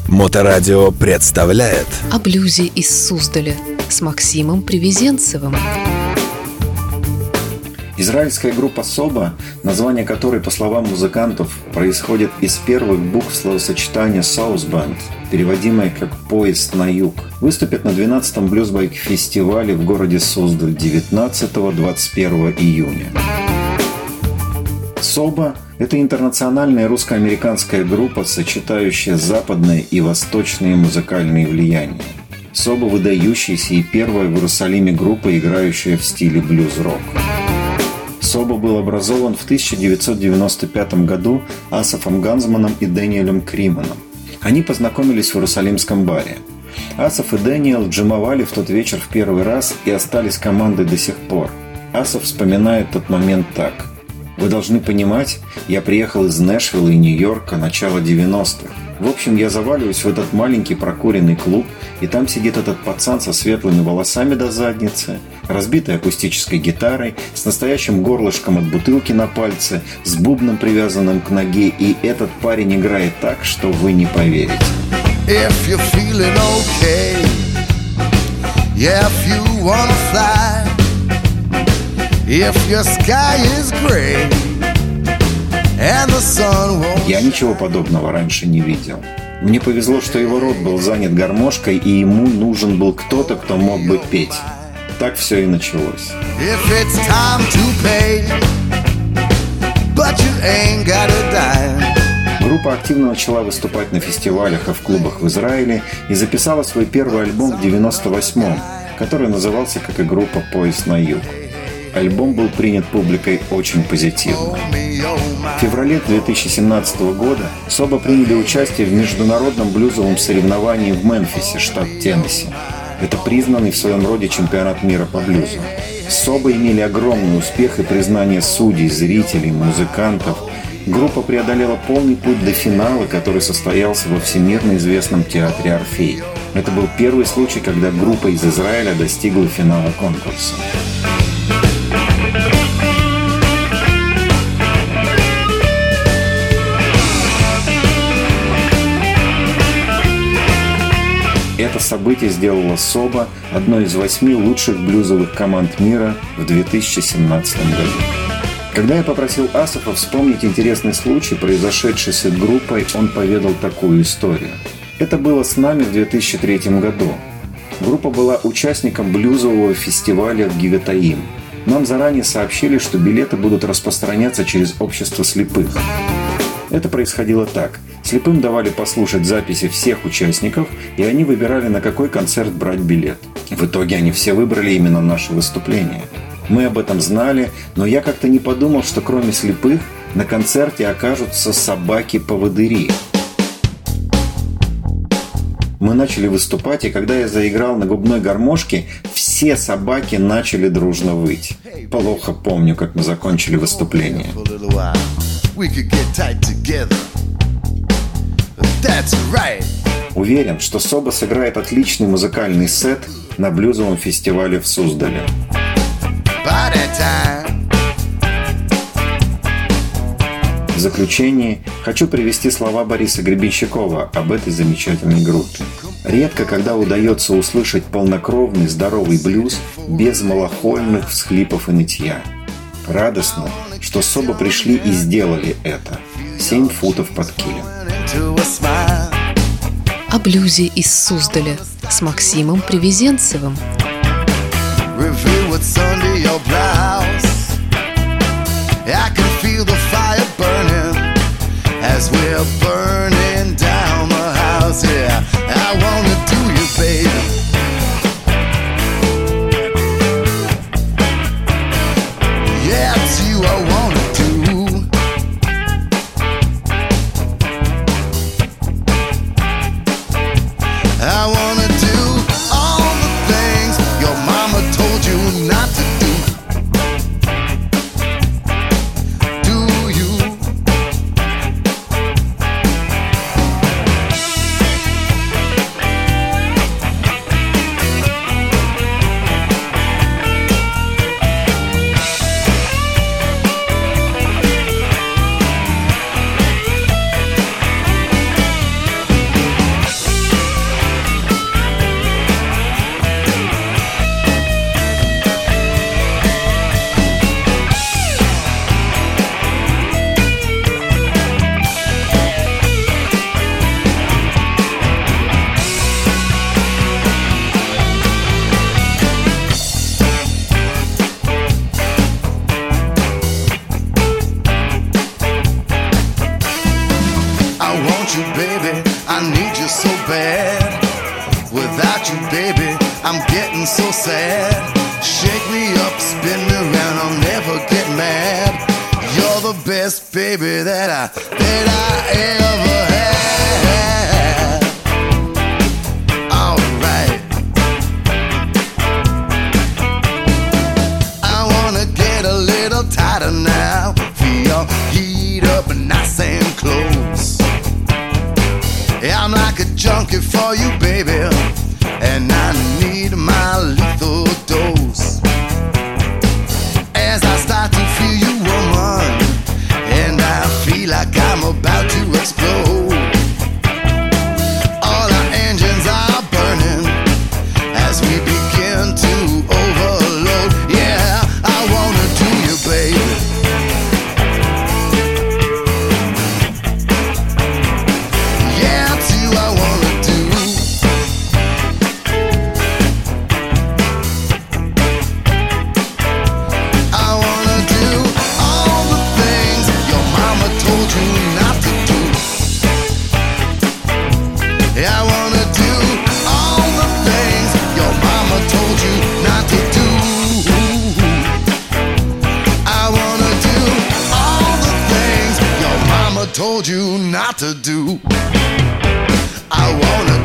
Моторадио представляет О блюзе из Суздаля с Максимом Привезенцевым. Израильская группа Соба, название которой, по словам музыкантов, происходит из первых букв словосочетания South Bend, переводимое как «поезд на юг», выступит на 12-м блюзбайк-фестивале в городе Суздаль 19-21 июня. Соба – это интернациональная русско-американская группа, сочетающая западные и восточные музыкальные влияния. Соба – выдающаяся и первая в Иерусалиме группа, играющая в стиле блюз-рок. Соба был образован в 1995 году Асафом Ганзманом и Дэниелем Криманом. Они познакомились в Иерусалимском баре. Асаф и Дэниел джемовали в тот вечер в первый раз и остались командой до сих пор. Асаф вспоминает тот момент так. «Вы должны понимать, я приехал из Нэшвилла и Нью-Йорка начала 90-х. В общем, я заваливаюсь в этот маленький прокуренный клуб, и там сидит этот пацан со светлыми волосами до задницы, разбитой акустической гитарой, с настоящим горлышком от бутылки на пальце, с бубном, привязанным к ноге, и этот парень играет так, что вы не поверите». If you're feeling okay, yeah, if you wanna fly, if your sky is gray and the sun won't... Я ничего подобного раньше не видел. Мне повезло, что его рот был занят гармошкой, и ему нужен был кто-то, кто мог бы петь. Так все и началось. If it's time to pay, but you ain't got a dime. Группа активно начала выступать на фестивалях и в клубах в Израиле и записала свой первый альбом в 98-м, который назывался, как и группа, «Поезд на юг». Альбом был принят публикой очень позитивно. В феврале 2017 года Соба приняли участие в международном блюзовом соревновании в Мемфисе, штат Теннесси. Это признанный в своем роде чемпионат мира по блюзу. Соба имели огромный успех и признание судей, зрителей, музыкантов. Группа преодолела полный путь до финала, который состоялся во всемирно известном театре «Орфей». Это был первый случай, когда группа из Израиля достигла финала конкурса. Это событие сделало Соба одной из 8 лучших блюзовых команд мира в 2017 году. Когда я попросил Асафа вспомнить интересный случай, произошедший с их группой, он поведал такую историю. Это было с нами в 2003 году. Группа была участником блюзового фестиваля в Гиватаим. Нам заранее сообщили, что билеты будут распространяться через общество слепых. Это происходило так. Слепым давали послушать записи всех участников, и они выбирали, на какой концерт брать билет. В итоге они все выбрали именно наше выступление. Мы об этом знали, но я как-то не подумал, что кроме слепых на концерте окажутся собаки-поводыри. Мы начали выступать, и когда я заиграл на губной гармошке, все собаки начали дружно выть. Плохо помню, как мы закончили выступление. Уверен, что Соба сыграет отличный музыкальный сет на блюзовом фестивале в Суздале. В заключение хочу привести слова Бориса Гребенщикова об этой замечательной группе. Редко когда удается услышать полнокровный здоровый блюз без малохольных всхлипов и нытья. Радостно, что Соба пришли и сделали это. 7 футов под килем. О блюзе из Суздаля с Максимом Привезенцевым. Reveal what's under your blouse. I can feel the fire burning as we're burning down the house. Yeah, I wanna do you, baby. Yeah, it's you I wanna do. I wanna do all the things your mama told you not to do. Do you? I want you, baby, I need you so bad. Without you, baby, I'm getting so sad. Shake me up, spin me around, I'll never get mad. You're the best, baby, that I ever had. Alright, I wanna get a little tighter now. Feel your heat up and nice and close. I'm like a junkie for you, baby, and I need my lethal dose. As I start to feel you, woman, and I feel like I'm about to explode. All our engines are burning as we begin to overload. Yeah, I wanna do you, baby. Told you not to do. I wanna